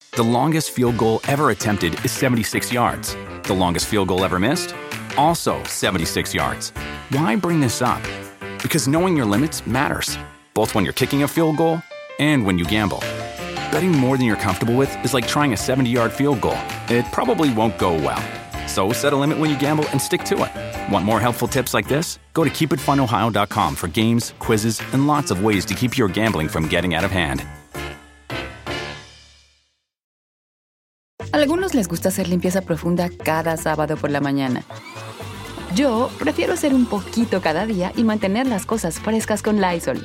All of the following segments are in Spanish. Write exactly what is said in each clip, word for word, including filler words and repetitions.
The longest field goal ever attempted is seventy-six yards. The longest field goal ever missed? Also seventy-six yards. Why bring this up? Because knowing your limits matters, both when you're kicking a field goal and when you gamble. Betting more than you're comfortable with is like trying a seventy-yard field goal. It probably won't go well. So set a limit when you gamble and stick to it. Want more helpful tips like this? Go to keep it fun ohio dot com for games, quizzes, and lots of ways to keep your gambling from getting out of hand. A algunos les gusta hacer limpieza profunda cada sábado por la mañana. Yo prefiero hacer un poquito cada día y mantener las cosas frescas con Lysol.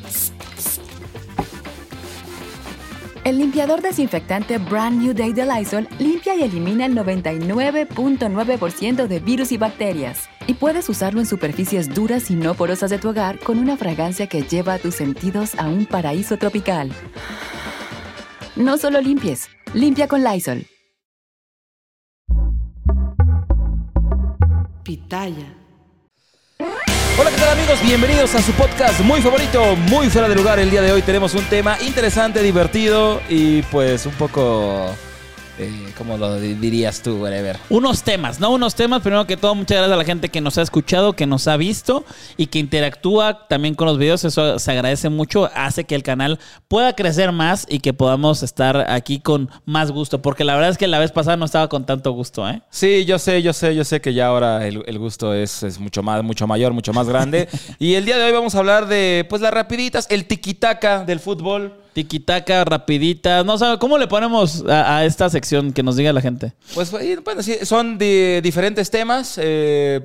El limpiador desinfectante Brand New Day de Lysol limpia y elimina el noventa y nueve punto nueve por ciento de virus y bacterias. Y puedes usarlo en superficies duras y no porosas de tu hogar con una fragancia que lleva a tus sentidos a un paraíso tropical. No solo limpies, limpia con Lysol. Pitaya. Hola, ¿qué tal, amigos? Bienvenidos a su podcast muy favorito, muy fuera de lugar. El día de hoy tenemos un tema interesante, divertido y pues un poco... Eh, ¿Cómo lo dirías tú, whatever? Unos temas, ¿no? Unos temas. Primero que todo, muchas gracias a la gente que nos ha escuchado, que nos ha visto y que interactúa también con los videos. Eso se agradece mucho. Hace que el canal pueda crecer más y que podamos estar aquí con más gusto. Porque la verdad es que la vez pasada no estaba con tanto gusto, ¿eh? Sí, yo sé, yo sé, yo sé que ya ahora el, el gusto es, es mucho más, mucho mayor, mucho más grande. Y el día de hoy vamos a hablar de, pues, las rapiditas, el tiquitaca del fútbol. Tiquitaca, rapidita. No sé, ¿cómo le ponemos a, a esta sección? Que nos diga la gente. Pues bueno, sí, son de diferentes temas eh,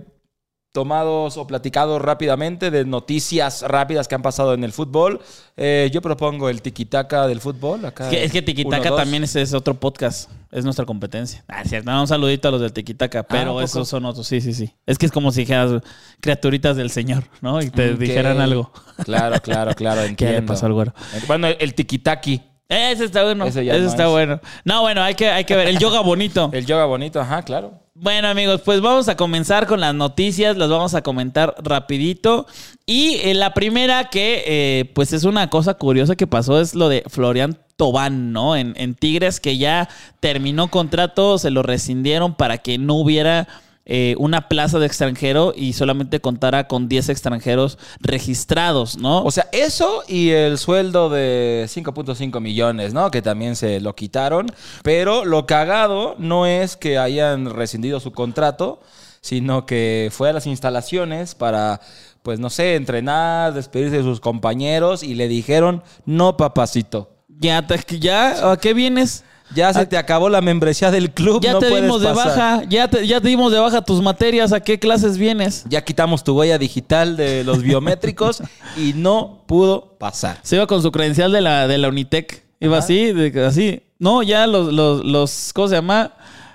tomados o platicados rápidamente de noticias rápidas que han pasado en el fútbol. Eh, yo propongo el tiquitaca del fútbol. Acá es que, es que tiquitaca también es, es otro podcast. Es nuestra competencia. Ah, es cierto. Un saludito a los del tiquitaca, pero ah, esos son otros. Sí, sí, sí. Es que es como si dijeras criaturitas del Señor, ¿no? Y te okay. dijeran algo. Claro, claro, claro. Entiendo. ¿Qué le pasó al güero? Bueno, el, el tiquitaki. Ese está bueno. Ese, Ese no está es. bueno. No, bueno, hay que, hay que ver. El yoga bonito. El yoga bonito, ajá, claro. Bueno, amigos, pues vamos a comenzar con las noticias. Las vamos a comentar rapidito. Y eh, la primera que, eh, pues es una cosa curiosa que pasó es lo de Florian Thauvin, ¿no? En, en Tigres, que ya terminó contrato, se lo rescindieron para que no hubiera... Eh, una plaza de extranjero y solamente contara con diez extranjeros registrados, ¿no? O sea, eso y el sueldo de cinco punto cinco millones, ¿no? Que también se lo quitaron. Pero lo cagado no es que hayan rescindido su contrato, sino que fue a las instalaciones para, pues no sé, entrenar, despedirse de sus compañeros y le dijeron, no, papacito. Ya, ya, ¿a qué vienes? Ya se te acabó la membresía del club, ya no te puedes dimos de pasar. baja, ya te, ya te dimos de baja tus materias, ¿a qué clases vienes? Ya quitamos tu huella digital de los biométricos y no pudo pasar. Se iba con su credencial de la, de la Unitec, iba Ajá. así, de, así. No, ya los, los, los, ¿cómo se llama?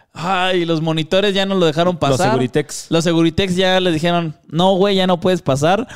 Ay, los monitores ya no lo dejaron pasar. Los Seguritex. Los Seguritex ya les dijeron, no, güey, ya no puedes pasar.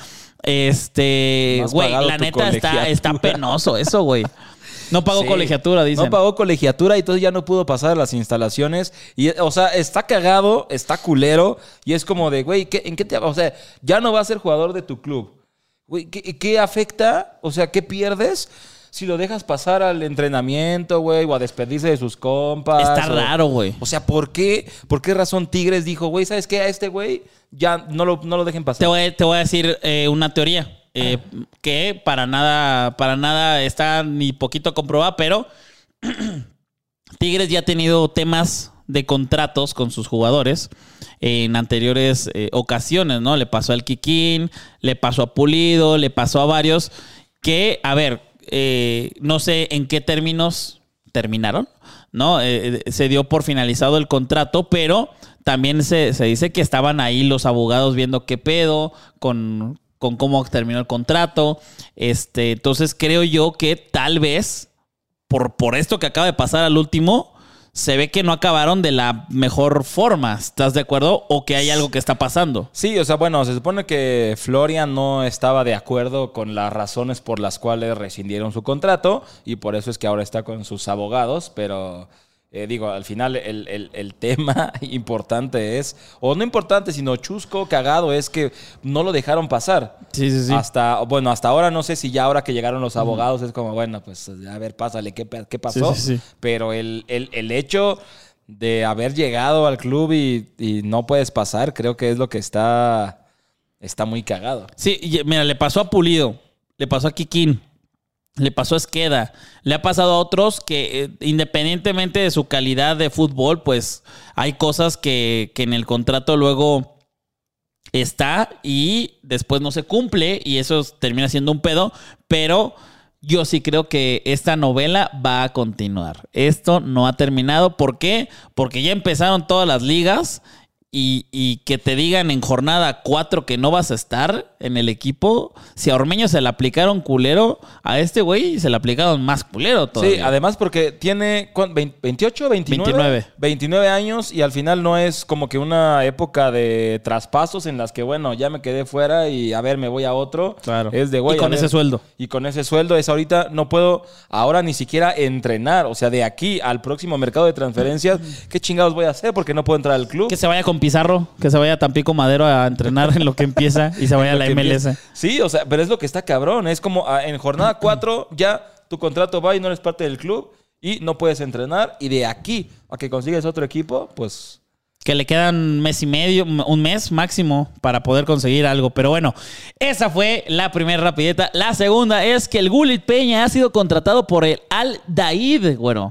Este, güey, la neta está, está penoso eso, güey. No pagó sí. colegiatura, dicen. No pagó colegiatura y entonces ya no pudo pasar a las instalaciones. Y, o sea, está cagado, está culero. Y es como de, güey, ¿en qué te... O sea, ya no va a ser jugador de tu club. Güey, ¿qué, qué afecta? O sea, ¿qué pierdes si lo dejas pasar al entrenamiento, güey? O a despedirse de sus compas. Está o, raro, güey. O sea, ¿por qué? ¿Por qué razón Tigres dijo, güey, ¿sabes qué? A este güey ya no lo, no lo dejen pasar. Te voy, te voy a decir eh, una teoría. Eh, que para nada, para nada está ni poquito comprobada, pero Tigres ya ha tenido temas de contratos con sus jugadores en anteriores eh, ocasiones, ¿no? Le pasó al Kikín, le pasó a Pulido, le pasó a varios que, a ver, eh, no sé en qué términos terminaron, ¿no? Eh, se dio por finalizado el contrato, pero también se, se dice que estaban ahí los abogados viendo qué pedo con... con cómo terminó el contrato. Este, entonces creo yo que tal vez, por, por esto que acaba de pasar al último, se ve que no acabaron de la mejor forma. ¿Estás de acuerdo? ¿O que hay algo que está pasando? Sí, o sea, bueno, se supone que Florian no estaba de acuerdo con las razones por las cuales rescindieron su contrato y por eso es que ahora está con sus abogados, pero... Eh, digo, al final el, el, el tema importante es, o no importante, sino chusco, cagado, es que no lo dejaron pasar. Sí, sí, sí. Hasta, bueno, hasta ahora no sé si ya ahora que llegaron los abogados es como, bueno, pues a ver, pásale, ¿qué, qué pasó? Sí, sí, sí. Pero el, el, el hecho de haber llegado al club y, y no puedes pasar, creo que es lo que está, está muy cagado. Sí, mira, le pasó a Pulido, le pasó a Kikín. Le pasó a Esqueda, le ha pasado a otros que eh, independientemente de su calidad de fútbol, pues hay cosas que, que en el contrato luego está y después no se cumple y eso termina siendo un pedo, pero yo sí creo que esta novela va a continuar. Esto no ha terminado. ¿Por qué? Porque ya empezaron todas las ligas. Y, y que te digan en jornada cuatro que no vas a estar en el equipo. Si a Ormeño se le aplicaron culero, a este güey se le aplicaron más culero todavía. Sí, además porque tiene veintiocho, veintinueve, veintinueve. veintinueve años y al final no es como que una época de traspasos en las que, bueno, ya me quedé fuera y a ver, me voy a otro. Claro. Es de güey. Y con ese sueldo. Y con ese sueldo es ahorita, no puedo ahora ni siquiera entrenar. O sea, de aquí al próximo mercado de transferencias, ¿qué chingados voy a hacer? Porque no puedo entrar al club. Que se vaya con Pizarro, que se vaya a Tampico Madero a entrenar en lo que empieza y se vaya a la M L S. Sí, o sea, pero es lo que está cabrón. Es como ah, en jornada cuatro ya tu contrato va y no eres parte del club y no puedes entrenar. Y de aquí a que consigues otro equipo, pues... Que le quedan un mes y medio, un mes máximo para poder conseguir algo. Pero bueno, esa fue la primera rapideta. La segunda es que el Gullit Peña ha sido contratado por el Al Daid, bueno.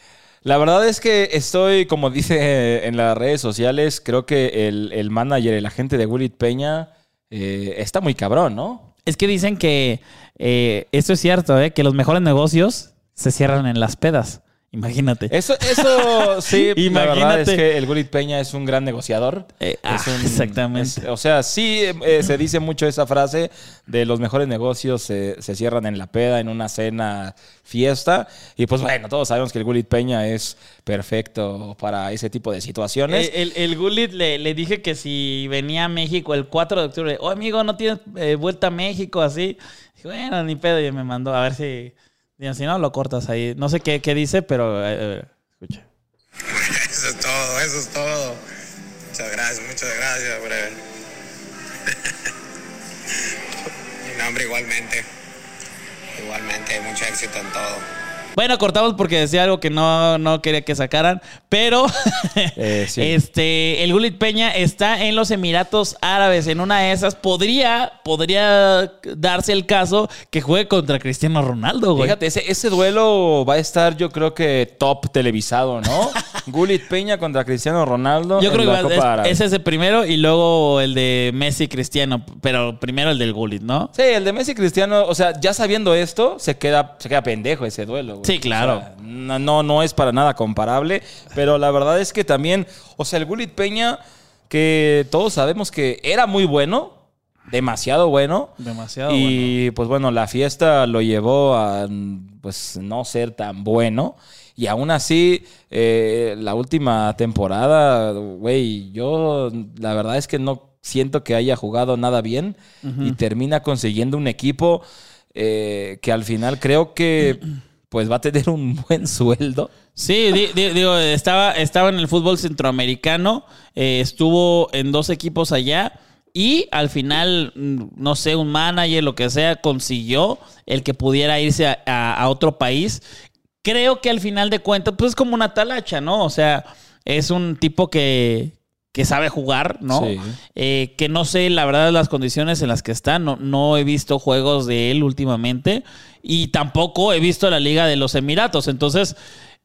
La verdad es que estoy, como dice en las redes sociales, creo que el, el manager, el agente de Gullit Peña, eh, está muy cabrón, ¿no? Es que dicen que eh, esto es cierto, ¿eh? Que los mejores negocios se cierran en las pedas. Imagínate. Eso, eso sí, Imagínate. La verdad es que el Gullit Peña es un gran negociador. Eh, es ah, un, exactamente. Es, o sea, sí eh, se dice mucho esa frase de los mejores negocios se, se cierran en la peda, en una cena, fiesta. Y pues bueno, todos sabemos que el Gullit Peña es perfecto para ese tipo de situaciones. El, el, el Gullit le, le dije que si venía a México el cuatro de octubre, oh amigo, ¿no tienes eh, vuelta a México así? Dije, bueno, ni pedo. Y me mandó a ver si... Si no, lo cortas ahí. No sé qué, qué dice, pero eh, escucha. Eso es todo, eso es todo. Muchas gracias, muchas gracias, brother. No, hombre, igualmente. Igualmente, mucho éxito en todo. Bueno, cortamos porque decía algo que no, no quería que sacaran, pero eh, sí. este, el Gullit Peña está en los Emiratos Árabes. En una de esas podría, podría darse el caso que juegue contra Cristiano Ronaldo, güey. Fíjate, ese, ese duelo va a estar, yo creo que top televisado, ¿no? Gullit Peña contra Cristiano Ronaldo. Yo creo en que la va, es, ese es el primero y luego el de Messi Cristiano, pero primero el del Gullit, ¿no? Sí, el de Messi Cristiano, o sea, ya sabiendo esto, se queda, se queda pendejo ese duelo, güey. Sí, claro. O sea, no, no es para nada comparable, pero la verdad es que también, o sea, el Gullit Peña, que todos sabemos que era muy bueno, demasiado bueno. Demasiado y, bueno. pues bueno, la fiesta lo llevó a, pues, no ser tan bueno. Y aún así, eh, la última temporada, güey, yo la verdad es que no siento que haya jugado nada bien. Uh-huh. Y termina consiguiendo un equipo eh, que al final creo que... pues va a tener un buen sueldo. Sí, di, di, digo, estaba, estaba en el fútbol centroamericano, eh, estuvo en dos equipos allá y al final, no sé, un manager, lo que sea, consiguió el que pudiera irse a, a, a otro país. Creo que al final de cuentas, pues es como una talacha, ¿no? O sea, es un tipo que... que sabe jugar, ¿no? Sí. Eh, que no sé, la verdad, las condiciones en las que está. No, no he visto juegos de él últimamente. Y tampoco he visto la Liga de los Emiratos. Entonces,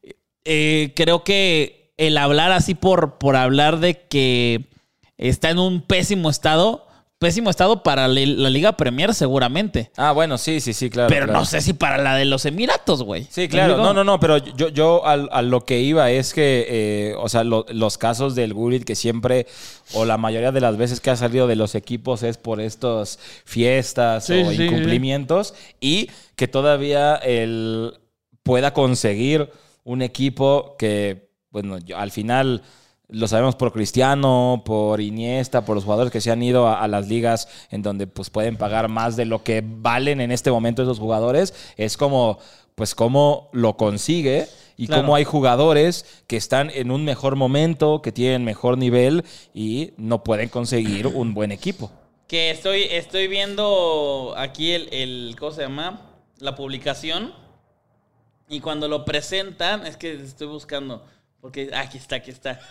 eh, creo que el hablar así por, por hablar de que está en un pésimo estado... Pésimo estado para la Liga Premier, seguramente. Ah, bueno, sí, sí, sí, claro. Pero claro. no sé si para la de los Emiratos, güey. Sí, claro. No, no, no, pero yo, yo a, a lo que iba es que, eh, o sea, lo, los casos del Gullit que siempre, o la mayoría de las veces que ha salido de los equipos es por estas fiestas sí, o sí, incumplimientos sí. Y que todavía él pueda conseguir un equipo que, bueno, yo, al final... Lo sabemos por Cristiano, por Iniesta, por los jugadores que se han ido a, a las ligas en donde pues, pueden pagar más de lo que valen en este momento esos jugadores. Es como, pues, cómo lo consigue y Claro. cómo hay jugadores que están en un mejor momento, que tienen mejor nivel y no pueden conseguir un buen equipo. Que estoy, estoy viendo aquí el, el, ¿cómo se llama? La publicación. Y cuando lo presentan, es que estoy buscando, porque aquí está, aquí está.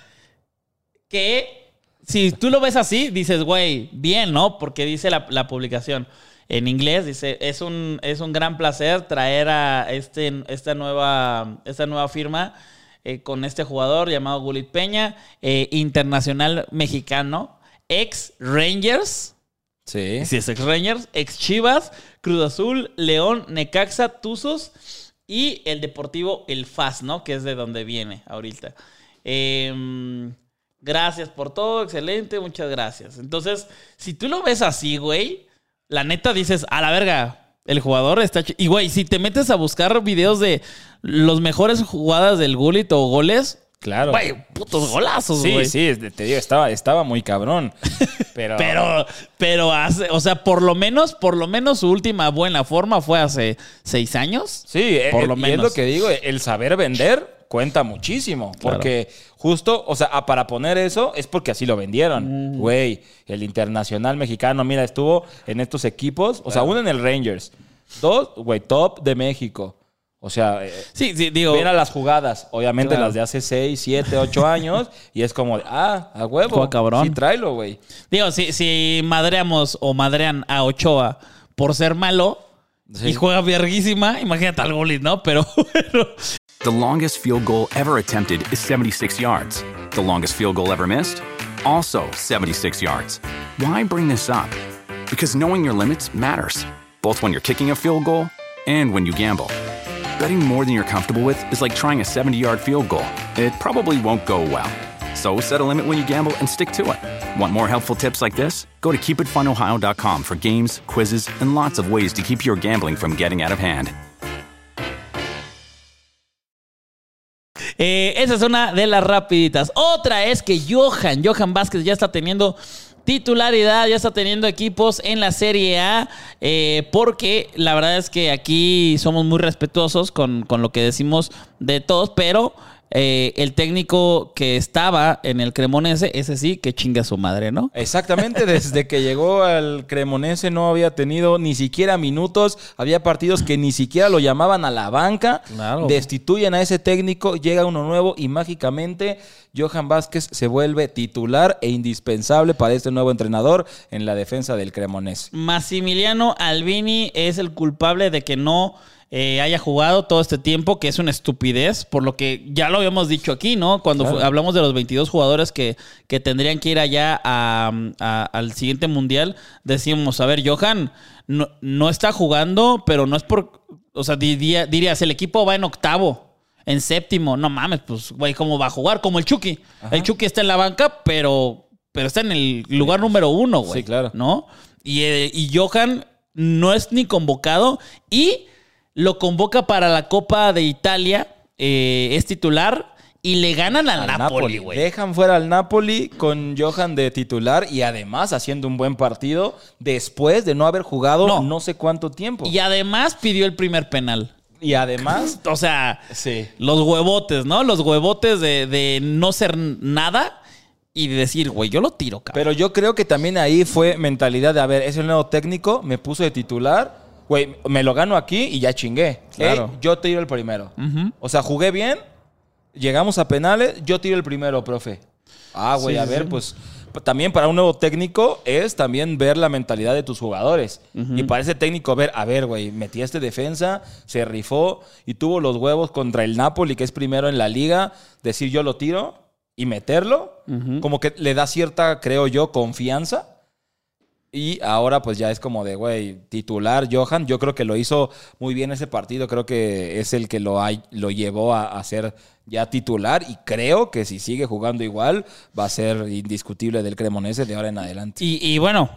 Que si tú lo ves así, dices, güey, bien, ¿no? Porque dice la, la publicación en inglés, dice, es un, es un gran placer traer a este, esta, nueva, esta nueva firma eh, con este jugador llamado Gullit Peña, eh, internacional mexicano, ex Rangers. Sí. Sí, es ex Rangers, ex Chivas, Cruz Azul, León, Necaxa, Tuzos y el Deportivo El F A S, ¿no? Que es de donde viene ahorita. Eh, gracias por todo, excelente, muchas gracias. Entonces, si tú lo ves así, güey, la neta dices, a la verga, el jugador está... ch-". Y, güey, si te metes a buscar videos de los mejores jugadas del Gullit o goles... Claro. Güey, putos golazos, Sí, güey. sí, te digo, estaba, estaba muy cabrón. Pero, Pero, pero hace, o sea, por lo menos, por lo menos su última buena forma fue hace seis años. sí, por eh, lo y menos. es lo que digo, el saber vender cuenta muchísimo. Porque justo, o sea, para poner eso es porque así lo vendieron. Güey, el internacional mexicano, mira, estuvo en estos equipos, o sea, uno en el Rangers, dos, güey, top de México. O sea, eh, Sí, sí, digo. ven a las jugadas, obviamente Claro. las de hace seis, siete, ocho años, y es como, de, ah, a huevo. Juega cabrón. Sí, tráelo, güey. Digo, si, si madreamos o madrean a Ochoa por ser malo Sí. y juega verguísima, imagínate al Gullit, ¿no? Pero, pero The longest field goal ever attempted is seventy-six yards. The longest field goal ever missed? Also seventy-six yards. Why bring this up? Because knowing your limits matters, both when you're kicking a field goal and when you gamble. Betting more than you're comfortable with is like trying a seventy-yard field goal. It probably won't go well. So set a limit when you gamble and stick to it. Want more helpful tips like this? Go to keep it fun ohio dot com for games, quizzes, and lots of ways to keep your gambling from getting out of hand. Eh, esa es una de las rapiditas. Otra es que Johan, Johan Vázquez ya está teniendo titularidad, ya está teniendo equipos en la Serie A, eh, porque la verdad es que aquí somos muy respetuosos con, con lo que decimos de todos, pero eh, el técnico que estaba en el Cremonese, ese sí, que chinga su madre, ¿no? Exactamente, desde que llegó al Cremonese no había tenido ni siquiera minutos, había partidos que ni siquiera lo llamaban a la banca, Claro. destituyen a ese técnico, llega uno nuevo y mágicamente Johan Vázquez se vuelve titular e indispensable para este nuevo entrenador en la defensa del Cremonese. Massimiliano Albini es el culpable de que no eh, haya jugado todo este tiempo, que es una estupidez, por lo que ya lo habíamos dicho aquí, ¿no? Cuando Claro. fu- hablamos de los veintidós jugadores que, que tendrían que ir allá a, a- al siguiente mundial, decíamos, a ver, Johan no, no está jugando, pero no es por... O sea, diría, dirías, el equipo va en octavo, en séptimo. No mames, pues, güey, ¿cómo va a jugar? Como el Chucky. Ajá. El Chucky está en la banca, pero, pero está en el lugar número uno, güey. Sí, claro. ¿No? Y, eh, y Johan no es ni convocado y lo convoca para la Copa de Italia, eh, es titular y le ganan al, Al Napoli, güey. Dejan fuera al Napoli con Johan de titular y además haciendo un buen partido después de no haber jugado No. no, sé cuánto tiempo. Y además pidió el primer penal. Y además, O sea, sí. los huevotes, ¿no? Los huevotes de, de no ser nada y de decir, güey, yo lo tiro, cabrón. Pero yo creo que también ahí fue mentalidad de, a ver, es el nuevo técnico, me puso de titular, güey, me lo gano aquí y ya chingué. Claro. Ey, yo tiro el primero. Ujú. O sea, jugué bien, llegamos a penales, yo tiro el primero, profe. Ah, güey, Sí, a sí, ver, sí. pues p- también para un nuevo técnico es también ver la mentalidad de tus jugadores. Y para ese técnico ver, a ver, güey, metí a este defensa, se rifó y tuvo los huevos contra el Napoli, que es primero en la liga, decir yo lo tiro y meterlo, como que le da cierta, creo yo, confianza. Y ahora pues ya es como de, güey, titular Johan. Yo creo que lo hizo muy bien ese partido. Creo que es el que lo, hay, lo llevó a, a ser ya titular. Y creo que si sigue jugando igual, va a ser indiscutible del Cremonese de ahora en adelante. Y, y bueno,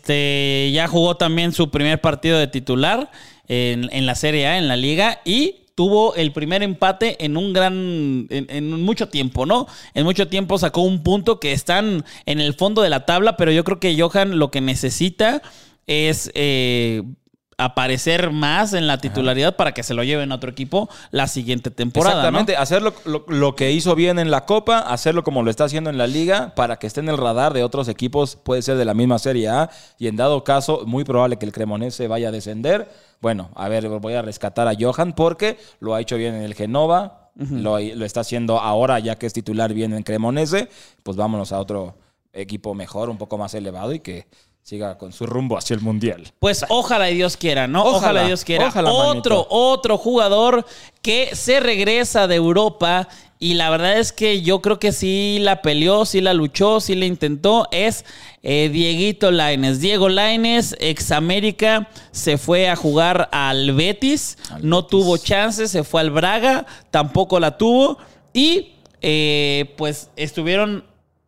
este ya jugó también su primer partido de titular en, en la Serie A, en la Liga, y tuvo el primer empate en un gran, en, en mucho tiempo, ¿no? En mucho tiempo sacó un punto que están en el fondo de la tabla, pero yo creo que Johan lo que necesita es eh, aparecer más en la titularidad Ajá. para que se lo lleven a otro equipo la siguiente temporada. Exactamente, ¿no? hacer lo, lo, lo que hizo bien en la Copa, hacerlo como lo está haciendo en la Liga, para que esté en el radar de otros equipos, puede ser de la misma Serie A, y en dado caso, muy probable que el Cremonese vaya a descender. Bueno, a ver, voy a rescatar a Johan porque lo ha hecho bien en el Genova, uh-huh. lo, lo está haciendo ahora ya que es titular bien en Cremonese, pues vámonos a otro equipo mejor, un poco más elevado y que siga con su rumbo hacia el Mundial. Pues ojalá y Dios quiera, ¿no? Ojalá, ojalá Dios quiera. Ojalá, otro, manito. otro jugador que se regresa de Europa y la verdad es que yo creo que sí la peleó, sí la luchó, sí la intentó, es eh, Dieguito Lainez. Diego Lainez, ex América, se fue a jugar al Betis, al no Betis. Tuvo chances, se fue al Braga, tampoco la tuvo y eh, pues estuvieron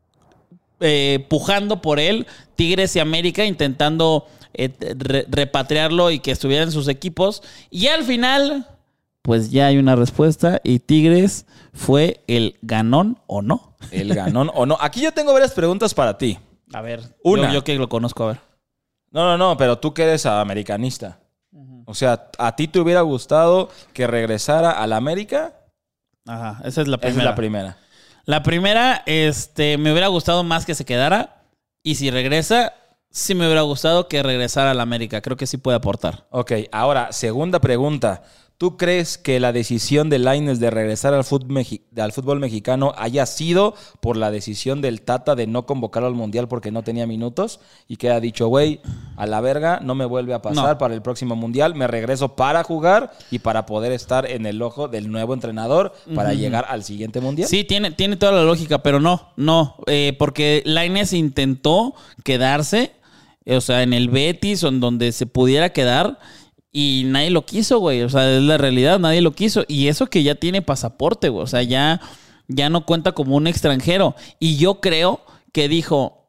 Eh, pujando por él, Tigres y América, intentando eh, re- repatriarlo y que estuviera en sus equipos. Y al final, pues ya hay una respuesta y Tigres fue el ganón o no. El ganón o no. Aquí yo tengo varias preguntas para ti. A ver, una. Yo, yo que lo conozco, a ver. No, no, no, pero tú que eres americanista. Uh-huh. O sea, ¿a ti te hubiera gustado que regresara al América? Ajá, esa es la primera. Esa es la primera. La primera, este, me hubiera gustado más que se quedara. Y si regresa, sí me hubiera gustado que regresara a la América. Creo que sí puede aportar. Ok, ahora, segunda pregunta. ¿Tú crees que la decisión de Lainez de regresar al fútbol, mexi- al fútbol mexicano haya sido por la decisión del Tata de no convocarlo al Mundial porque no tenía minutos? Y que ha dicho, güey, a la verga, no me vuelve a pasar no. para el próximo Mundial. Me regreso para jugar y para poder estar en el ojo del nuevo entrenador para uh-huh. llegar al siguiente Mundial. Sí, tiene, tiene toda la lógica, pero no, no. Eh, porque Lainez intentó quedarse, o sea, en el Betis o en donde se pudiera quedar. Y nadie lo quiso, güey. O sea, es la realidad, nadie lo quiso. Y eso que ya tiene pasaporte, güey. O sea, ya, ya no cuenta como un extranjero. Y yo creo que dijo,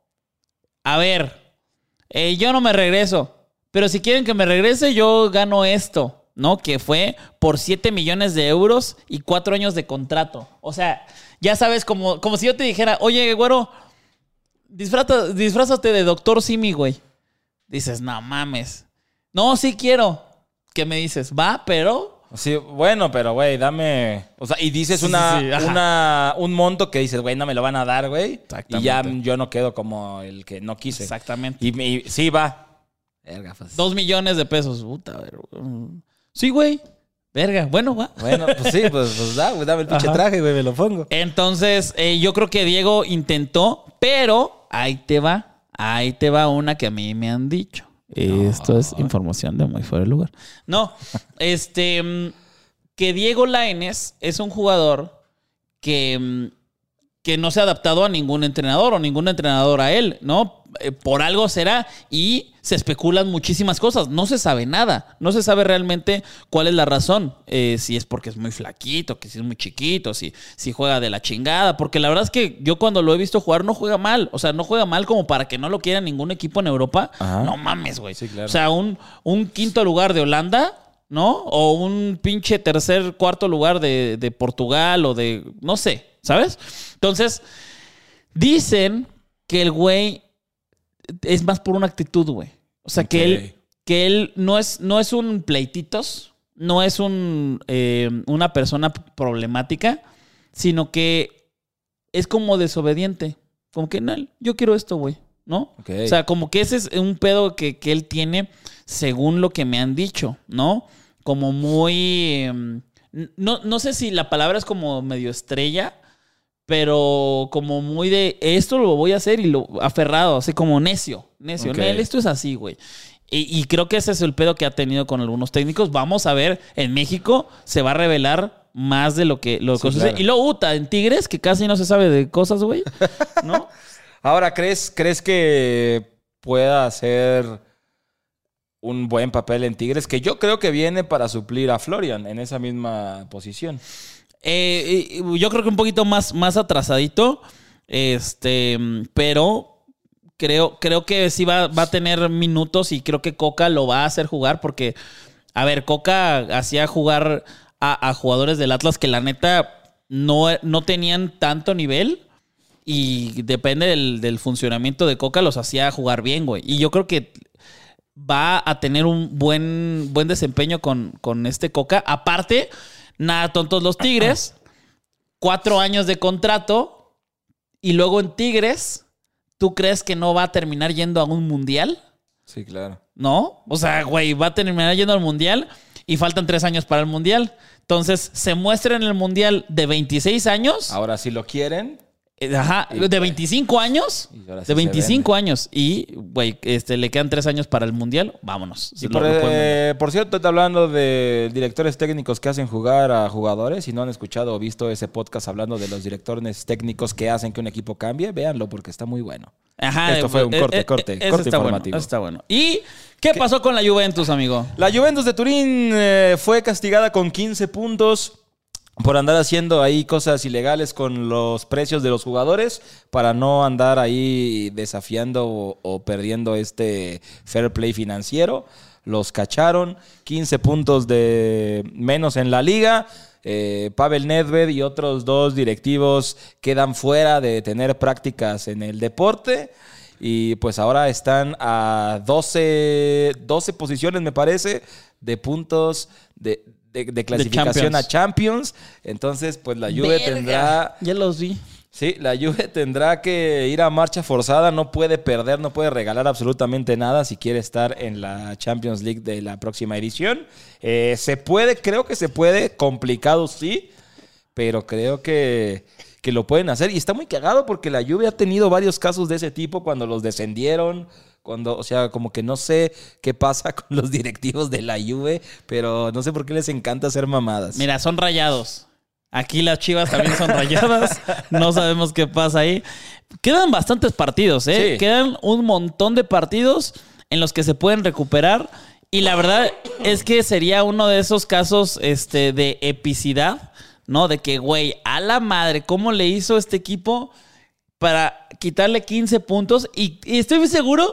a ver, eh, yo no me regreso. Pero si quieren que me regrese, yo gano esto, ¿no? Que fue por siete millones de euros y cuatro años de contrato. O sea, ya sabes, como, como si yo te dijera, oye, güero, disfraza, disfrázate de Doctor Simi, güey. Dices, no mames. No, sí quiero. ¿Qué me dices? Va, pero... Sí, bueno, pero, güey, dame... O sea, y dices sí, una, sí, una un monto que dices, güey, no me lo van a dar, güey. Y ya yo no quedo como el que no quise. Exactamente. Y, y sí, va. Verga, pues. Dos millones de pesos. Puta, ver. Sí, güey. Verga. Bueno, va. Bueno, pues sí, pues, pues da, güey, dame el pinche traje, güey, me lo pongo. Entonces, eh, yo creo que Diego intentó, pero ahí te va. Ahí te va una que a mí me han dicho. No. Esto es información de muy fuera de lugar. No, este, que Diego Lainez es un jugador que, que no se ha adaptado a ningún entrenador o ningún entrenador a él, ¿no? Por algo será y se especulan muchísimas cosas. No se sabe nada. No se sabe realmente cuál es la razón. Eh, si es porque es muy flaquito, que si es muy chiquito, si, si juega de la chingada. Porque la verdad es que yo cuando lo he visto jugar no juega mal. O sea, no juega mal como para que no lo quiera ningún equipo en Europa. Ajá. No mames, güey. Sí, claro. O sea, un, un quinto lugar de Holanda, ¿no? O un pinche tercer, cuarto lugar de, de Portugal o de... No sé, ¿sabes? Entonces, dicen que el güey es más por una actitud, güey. O sea, okay. que él, que él no es, no es un pleititos, no es un, eh, una persona problemática, sino que es como desobediente. Como que, no, yo quiero esto, güey, ¿no? Okay. O sea, como que ese es un pedo que, que él tiene según lo que me han dicho, ¿no? Como muy... Eh, no, no sé si la palabra es como medio estrella, pero como muy de esto lo voy a hacer y lo aferrado, así como necio, necio. Okay. Esto es así, güey. Y, y creo que ese es el pedo que ha tenido con algunos técnicos. Vamos a ver, en México se va a revelar más de lo que lo sí, que claro. Y luego Uta, en Tigres, que casi no se sabe de cosas, güey, ¿no? Ahora, ¿crees, ¿crees que pueda hacer un buen papel en Tigres? Que yo creo que viene para suplir a Florian en esa misma posición. Eh, yo creo que un poquito más, más atrasadito, este, pero creo, creo que sí va, va a tener minutos y creo que Coca lo va a hacer jugar porque, a ver, Coca hacía jugar a, a jugadores del Atlas que la neta no, no tenían tanto nivel y depende del, del funcionamiento de Coca los hacía jugar bien, güey. Y yo creo que va a tener un buen, buen desempeño con, con este Coca. Aparte, nada tontos los Tigres. Cuatro años de contrato y luego en Tigres, ¿tú crees que no va a terminar yendo a un mundial? Sí, claro. ¿No? O sea, güey, va a terminar yendo al mundial y faltan tres años para el mundial. Entonces, se muestra en el mundial de veintiséis años. Ahora, si lo quieren... Ajá, de veinticinco años. Y ahora sí de veinticinco se años. Y, güey, este, le quedan tres años para el mundial. Vámonos. Y por, eh, por cierto, está hablando de directores técnicos que hacen jugar a jugadores. Si no han escuchado o visto ese podcast hablando de los directores técnicos que hacen que un equipo cambie, véanlo porque está muy bueno. Ajá, Esto fue un eh, corte, eh, corte, eh, corte está informativo. Bueno, está bueno. ¿Y qué, qué pasó con la Juventus, amigo? La Juventus de Turín eh, fue castigada con quince puntos por andar haciendo ahí cosas ilegales con los precios de los jugadores para no andar ahí desafiando o, o perdiendo este fair play financiero. Los cacharon, quince puntos de menos en la liga. Eh, Pavel Nedved y otros dos directivos quedan fuera de tener prácticas en el deporte. Y pues ahora están a doce, doce posiciones, me parece, de puntos de... De, de clasificación de a Champions. Entonces, pues la Juve Verga, tendrá... Ya los vi. Sí, la Juve tendrá que ir a marcha forzada. No puede perder, no puede regalar absolutamente nada si quiere estar en la Champions League de la próxima edición. Eh, se puede, creo que se puede. Complicado, sí. Pero creo que, que lo pueden hacer. Y está muy cagado porque la Juve ha tenido varios casos de ese tipo cuando los descendieron. Cuando, o sea, como que no sé qué pasa con los directivos de la Juve, pero no sé por qué les encanta hacer mamadas. Mira, son rayados. Aquí las Chivas también son rayadas. No sabemos qué pasa ahí. Quedan bastantes partidos, ¿eh? Sí. Quedan un montón de partidos en los que se pueden recuperar. Y la verdad es que sería uno de esos casos este, de epicidad, ¿no? De que, güey, a la madre, ¿cómo le hizo este equipo para quitarle quince puntos? Y, y estoy muy seguro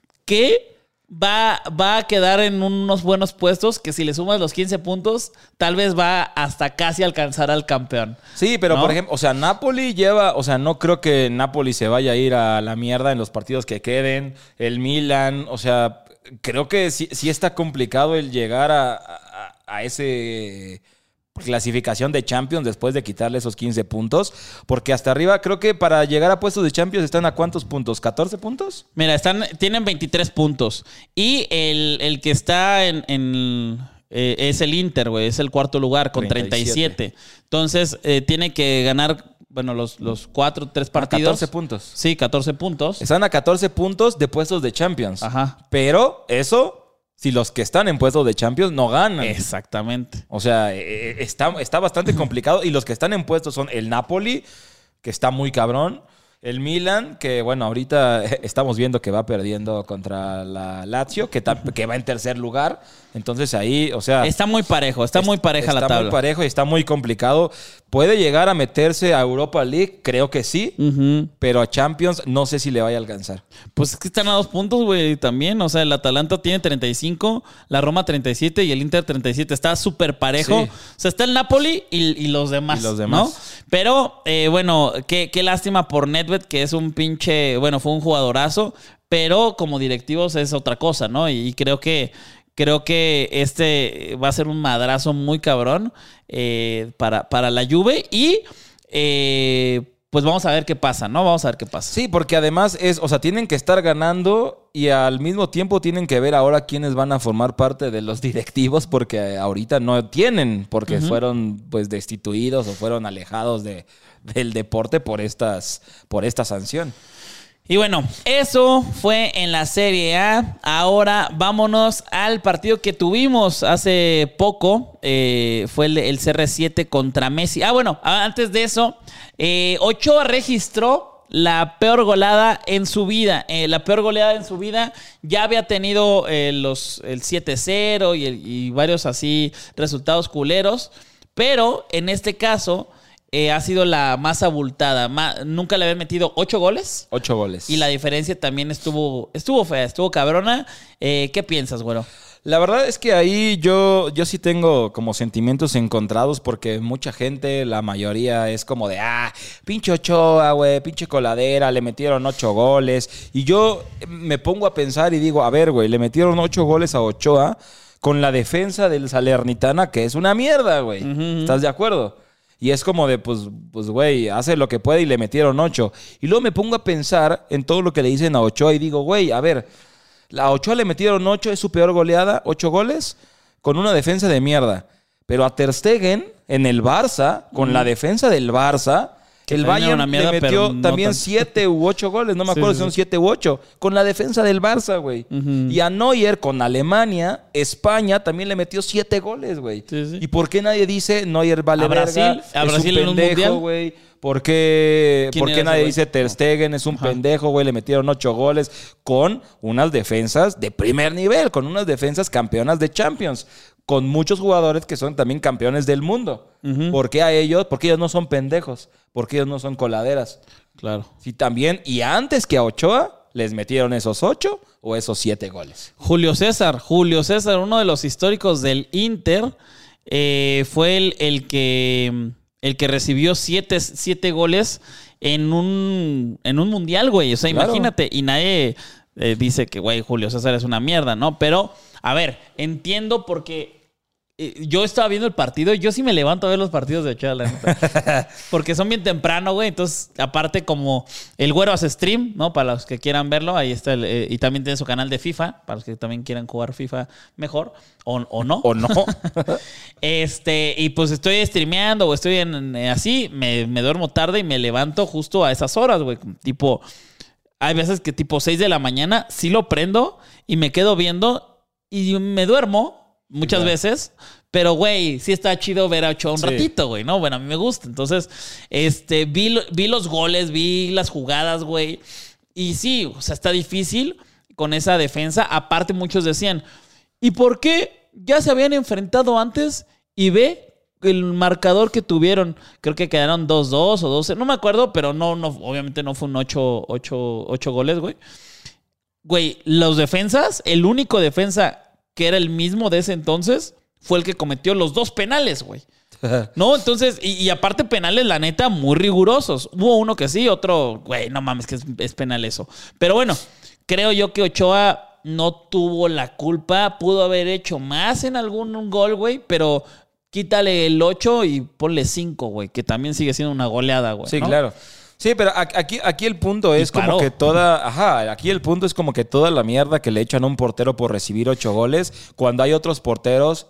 que va, va a quedar en unos buenos puestos, que si le sumas los quince puntos, tal vez va hasta casi alcanzar al campeón. Sí, pero ¿no? por ejemplo, o sea, Napoli lleva, o sea, no creo que Napoli se vaya a ir a la mierda en los partidos que queden. El Milan, o sea, creo que sí, sí está complicado el llegar a, a, a ese... clasificación de Champions después de quitarle esos quince puntos, porque hasta arriba creo que para llegar a puestos de Champions están a ¿cuántos puntos? ¿catorce puntos? Mira, están, tienen veintitrés puntos y el, el que está en, en eh, es el Inter, güey, es el cuarto lugar con treinta y siete. Entonces eh, tiene que ganar, bueno, los, los cuatro, tres partidos. catorce puntos. Sí, catorce puntos. Están a catorce puntos de puestos de Champions. Ajá. Pero eso... si los que están en puestos de Champions no ganan. Exactamente. O sea, eh, está, está bastante complicado. Y los que están en puestos son el Napoli, que está muy cabrón. El Milan, que bueno, ahorita estamos viendo que va perdiendo contra la Lazio, que, ta- que va en tercer lugar. Entonces ahí, o sea... Está muy parejo, está muy pareja la tabla. Está muy parejo y está muy complicado. ¿Puede llegar a meterse a Europa League? Creo que sí. Uh-huh. Pero a Champions no sé si le vaya a alcanzar. Pues es que están a dos puntos, güey, también. O sea, el Atalanta tiene treinta y cinco, la Roma treinta y siete y el Inter treinta y siete. Está súper parejo. Sí. O sea, está el Napoli y, y los demás, Y los demás. ¿no? Pero, eh, bueno, qué, qué lástima por Nedved, que es un pinche... Bueno, fue un jugadorazo, pero como directivos es otra cosa, ¿no? Y, y creo que... Creo que este va a ser un madrazo muy cabrón eh, para, para la Juve. Y eh, pues vamos a ver qué pasa, ¿no? Vamos a ver qué pasa. Sí, porque además es, o sea, tienen que estar ganando y al mismo tiempo tienen que ver ahora quiénes van a formar parte de los directivos, porque ahorita no tienen, porque uh-huh. fueron pues destituidos o fueron alejados de, del deporte por estas, por esta sanción. Y bueno, eso fue en la Serie A. Ahora vámonos al partido que tuvimos hace poco. Eh, fue el, el C R siete contra Messi. Ah, bueno, antes de eso, eh, Ochoa registró la peor goleada en su vida. Eh, la peor goleada en su vida. Ya había tenido eh, los, el siete cero y, el, y varios así resultados culeros. Pero en este caso... Eh, ha sido la más abultada. Ma- nunca le habían metido ocho goles. Ocho goles. Y la diferencia también estuvo, estuvo fea, estuvo cabrona. Eh, ¿Qué piensas, güero? La verdad es que ahí yo, yo sí tengo como sentimientos encontrados porque mucha gente, la mayoría es como de, ah, pinche Ochoa, güey, pinche coladera, le metieron ocho goles. Y yo me pongo a pensar y digo, a ver, güey, le metieron ocho goles a Ochoa con la defensa del Salernitana, que es una mierda, güey. Uh-huh. ¿Estás de acuerdo? Y es como de, pues, pues, güey, hace lo que puede y le metieron ocho. Y luego me pongo a pensar en todo lo que le dicen a Ochoa y digo, güey, a ver, a Ochoa le metieron ocho, es su peor goleada, ocho goles, con una defensa de mierda. Pero a Ter Stegen, en el Barça, con mm. la defensa del Barça, que el Bayern mierda, le metió no también tan... siete u ocho goles, no me acuerdo sí, sí, si son siete u ocho, con la defensa del Barça, güey. Uh-huh. Y a Neuer, con Alemania, España, también le metió siete goles, güey. Sí, sí. ¿Y por qué nadie dice Neuer vale a Brasil, verga? a es Brasil un pendejo, güey. ¿Por qué, ¿por qué nadie dice Ter Stegen es un Ajá. pendejo, güey? Le metieron ocho goles con unas defensas de primer nivel, con unas defensas campeonas de Champions, con muchos jugadores que son también campeones del mundo. Uh-huh. ¿Por qué a ellos? Porque ellos no son pendejos, porque ellos no son coladeras. Claro. Sí, también, y antes que a Ochoa, les metieron esos ocho o esos siete goles. Julio César, Julio César, uno de los históricos del Inter, eh, fue el, el que... El que recibió siete, siete goles en un, en un mundial, güey. O sea, claro. Imagínate. Y nadie eh, dice que, güey, Julio César es una mierda, ¿no? Pero, a ver, entiendo porque eh, yo estaba viendo el partido y yo sí me levanto a ver los partidos de Ochoa, la neta. Porque son bien temprano, güey. Entonces, aparte, como el güero hace stream, ¿no? Para los que quieran verlo, ahí está. El, eh, y también tiene su canal de FIFA, para los que también quieran jugar FIFA mejor. O, o no. O no. este, y pues estoy streameando o estoy en, en así, me, me duermo tarde y me levanto justo a esas horas, güey. Tipo, hay veces que tipo seis de la mañana sí lo prendo y me quedo viendo y me duermo muchas claro. veces. Pero, güey, sí está chido ver a Ochoa un sí. ratito, güey, ¿no? Bueno, a mí me gusta. Entonces, este, vi, vi los goles, vi las jugadas, güey. Y sí, o sea, está difícil con esa defensa. Aparte, muchos decían, ¿y por qué ya se habían enfrentado antes y ve el marcador que tuvieron? Creo que quedaron dos dos o doce. No me acuerdo, pero no, no obviamente no fue un ocho, ocho, ocho goles, güey. Güey, los defensas, el único defensa que era el mismo de ese entonces fue el que cometió los dos penales, güey. No, entonces, y, y aparte penales, la neta, muy rigurosos. Hubo uno que sí, otro, güey, no mames, que es, es penal eso. Pero bueno, creo yo que Ochoa no tuvo la culpa, pudo haber hecho más en algún gol, güey, pero quítale el ocho y ponle cinco, güey, que también sigue siendo una goleada, güey. Sí, ¿no? claro. Sí, pero aquí, aquí el punto es como que toda... Ajá, aquí el punto es como que toda la mierda que le echan a un portero por recibir ocho goles, cuando hay otros porteros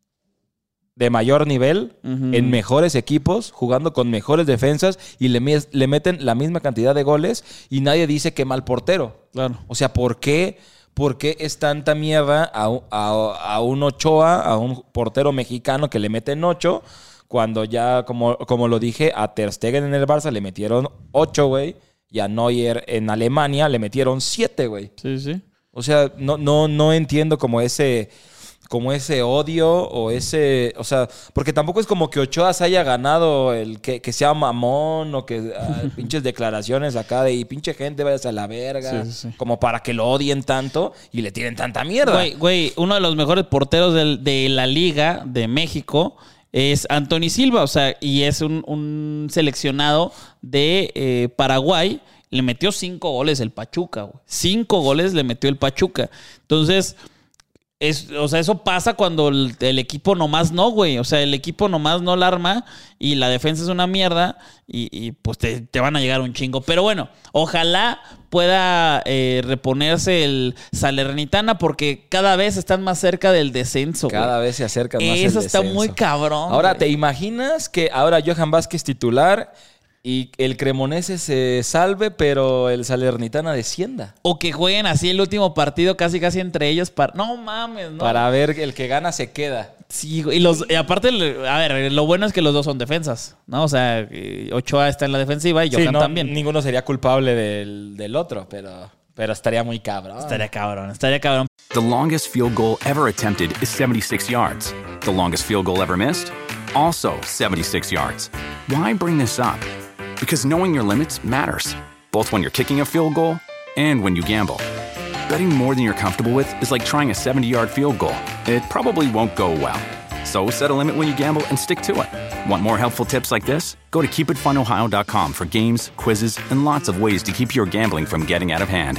de mayor nivel, uh-huh. en mejores equipos, jugando con mejores defensas y le, le meten la misma cantidad de goles y nadie dice que mal portero. Claro. O sea, ¿por qué... ¿Por qué es tanta mierda a, a, a un Ochoa, a un portero mexicano que le meten ocho, cuando ya, como, como lo dije, a Ter Stegen en el Barça le metieron ocho, güey, y a Neuer en Alemania le metieron siete, güey? Sí, sí. O sea, no, no, no entiendo como ese... como ese odio o ese... O sea, porque tampoco es como que Ochoa se haya ganado el que, que sea mamón o que ah, pinches declaraciones acá de y pinche gente vayas a la verga. Sí, sí, sí. Como para que lo odien tanto y le tiren tanta mierda. Güey, güey, uno de los mejores porteros del, de la Liga de México es Anthony Silva, o sea, y es un, un seleccionado de eh, Paraguay. Le metió cinco goles el Pachuca, güey. Cinco goles le metió el Pachuca. Entonces... Es, o sea, eso pasa cuando el, el equipo nomás no, güey. O sea, el equipo nomás no la arma y la defensa es una mierda y, y pues te, te van a llegar un chingo. Pero bueno, ojalá pueda eh, reponerse el Salernitana porque cada vez están más cerca del descenso, güey. Cada vez se acercan más al descenso. Eso está muy cabrón. Ahora, güey. ¿te imaginas que ahora Johan Vázquez titular y el Cremonese se salve, pero el Salernitana descienda? O que jueguen así el último partido casi casi entre ellos para... No mames, ¿no? Para ver el que gana se queda. Sí, y, los, y aparte, a ver, lo bueno es que los dos son defensas, ¿no? O sea, Ochoa está en la defensiva y Johan sí, no, también. Ninguno sería culpable del, del otro, pero, pero estaría muy cabrón. Estaría cabrón, estaría cabrón. The longest field goal ever attempted is seventy-six yards. The longest field goal ever missed? Also seventy-six yards. Why bring this up? Because knowing your limits matters, both when you're kicking a field goal and when you gamble. Betting more than you're comfortable with is like trying a seventy-yard field goal. It probably won't go well. So set a limit when you gamble and stick to it. Want more helpful tips like this? Go to keep it fun ohio dot com for games, quizzes, and lots of ways to keep your gambling from getting out of hand.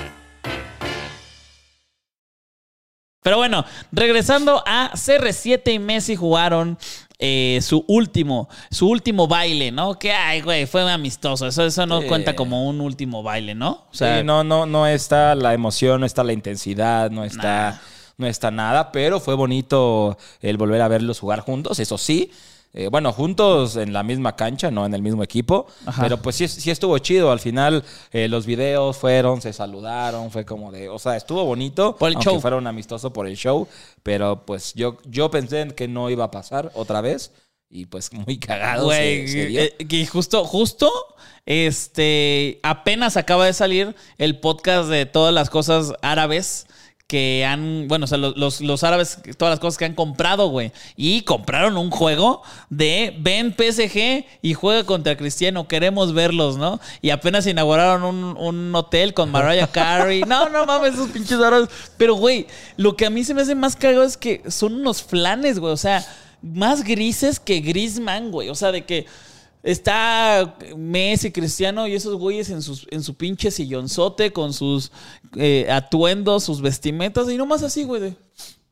Pero bueno, regresando a C R siete y Messi jugaron eh, su último, su último baile, ¿no? Que, ay, güey, fue amistoso. Eso, eso no sí. cuenta como un último baile, ¿no? O sea, sí, no, no, no está la emoción, no está la intensidad, no está, nah. no está nada, pero fue bonito el volver a verlos jugar juntos, eso sí. Eh, bueno, juntos en la misma cancha, no en el mismo equipo. Ajá. Pero pues sí, sí estuvo chido. Al final eh, los videos fueron, se saludaron, fue como de... O sea, estuvo bonito. Por el aunque show. Fueron amistosos por el show. Pero pues yo, yo pensé que no iba a pasar otra vez. Y pues muy cagado Güey, se, se dio. Eh, que justo, justo, este... apenas acaba de salir el podcast de todas las cosas árabes que han, bueno, o sea, los, los, los árabes, todas las cosas que han comprado, güey. Y compraron un juego de ven P S G y juega contra Cristiano. Queremos verlos, ¿no? Y apenas inauguraron un, un hotel con Mariah Carey. No, no mames, esos pinches árabes. Pero, güey, lo que a mí se me hace más cagado es que son unos flanes, güey. O sea, más grises que Griezmann, güey. O sea, de que está Messi, Cristiano y esos güeyes en, sus, en su pinche sillonzote con sus eh, atuendos, sus vestimentas y nomás así, güey. De...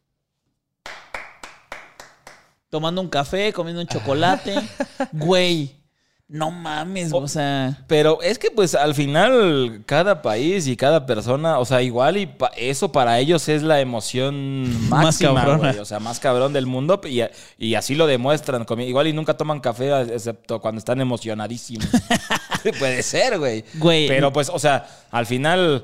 tomando un café, comiendo un chocolate. Güey, no mames, o sea... Pero es que pues al final cada país y cada persona, o sea, igual y pa- eso para ellos es la emoción máxima, güey. O sea, más cabrón del mundo y, y así lo demuestran. Igual y nunca toman café excepto cuando están emocionadísimos. Puede ser, güey. Güey. Pero pues, o sea, al final...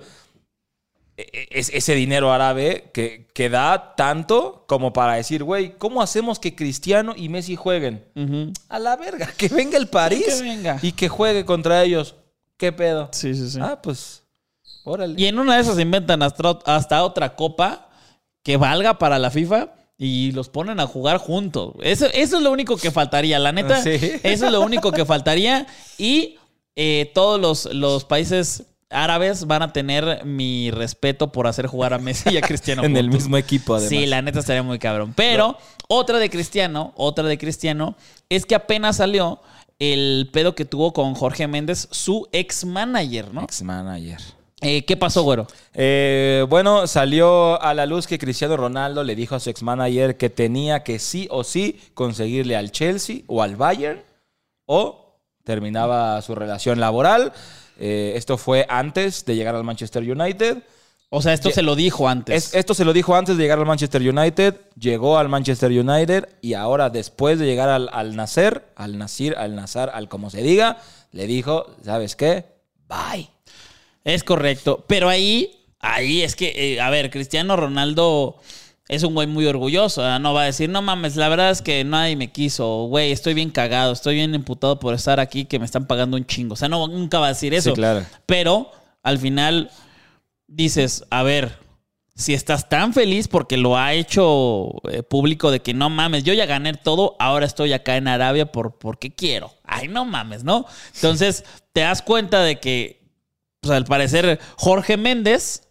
Es ese dinero árabe que, que da tanto como para decir, güey, ¿cómo hacemos que Cristiano y Messi jueguen? Uh-huh. A la verga, que venga el París que venga. y que juegue contra ellos. ¿Qué pedo? Sí, sí, sí. Ah, pues, órale. Y en una de esas inventan hasta, hasta otra copa que valga para la FIFA y los ponen a jugar juntos. Eso, eso es lo único que faltaría, la neta. ¿Sí? Eso es lo único que faltaría. Y eh, todos los, los países... árabes van a tener mi respeto por hacer jugar a Messi y a Cristiano en juntos. el mismo equipo, además. Sí, la neta estaría muy cabrón. Pero no. otra de Cristiano, otra de Cristiano, es que apenas salió el pedo que tuvo con Jorge Méndez, su ex-manager, ¿no? Ex-manager. Eh, ¿Qué pasó, güero? Eh, bueno, salió a la luz que Cristiano Ronaldo le dijo a su ex-manager que tenía que sí o sí conseguirle al Chelsea o al Bayern o terminaba su relación laboral. Eh, esto fue antes de llegar al Manchester United. O sea, esto Lle- se lo dijo antes. Es, esto se lo dijo antes de llegar al Manchester United. Llegó al Manchester United y ahora después de llegar al, al Nasser, al Nasir, al Nazar, al como se diga, le dijo, ¿sabes qué? Bye. Es correcto. Pero ahí, ahí es que, eh, a ver, Cristiano Ronaldo... es un güey muy orgulloso, ¿eh? No va a decir, no mames, la verdad es que nadie me quiso, güey, estoy bien cagado, estoy bien emputado por estar aquí, que me están pagando un chingo. O sea, no, nunca va a decir eso. Sí, claro. Pero al final dices, a ver, si estás tan feliz porque lo ha hecho eh, público de que no mames, yo ya gané todo, ahora estoy acá en Arabia por, porque quiero. Ay, no mames, ¿no? Entonces te das cuenta de que, pues al parecer, Jorge Méndez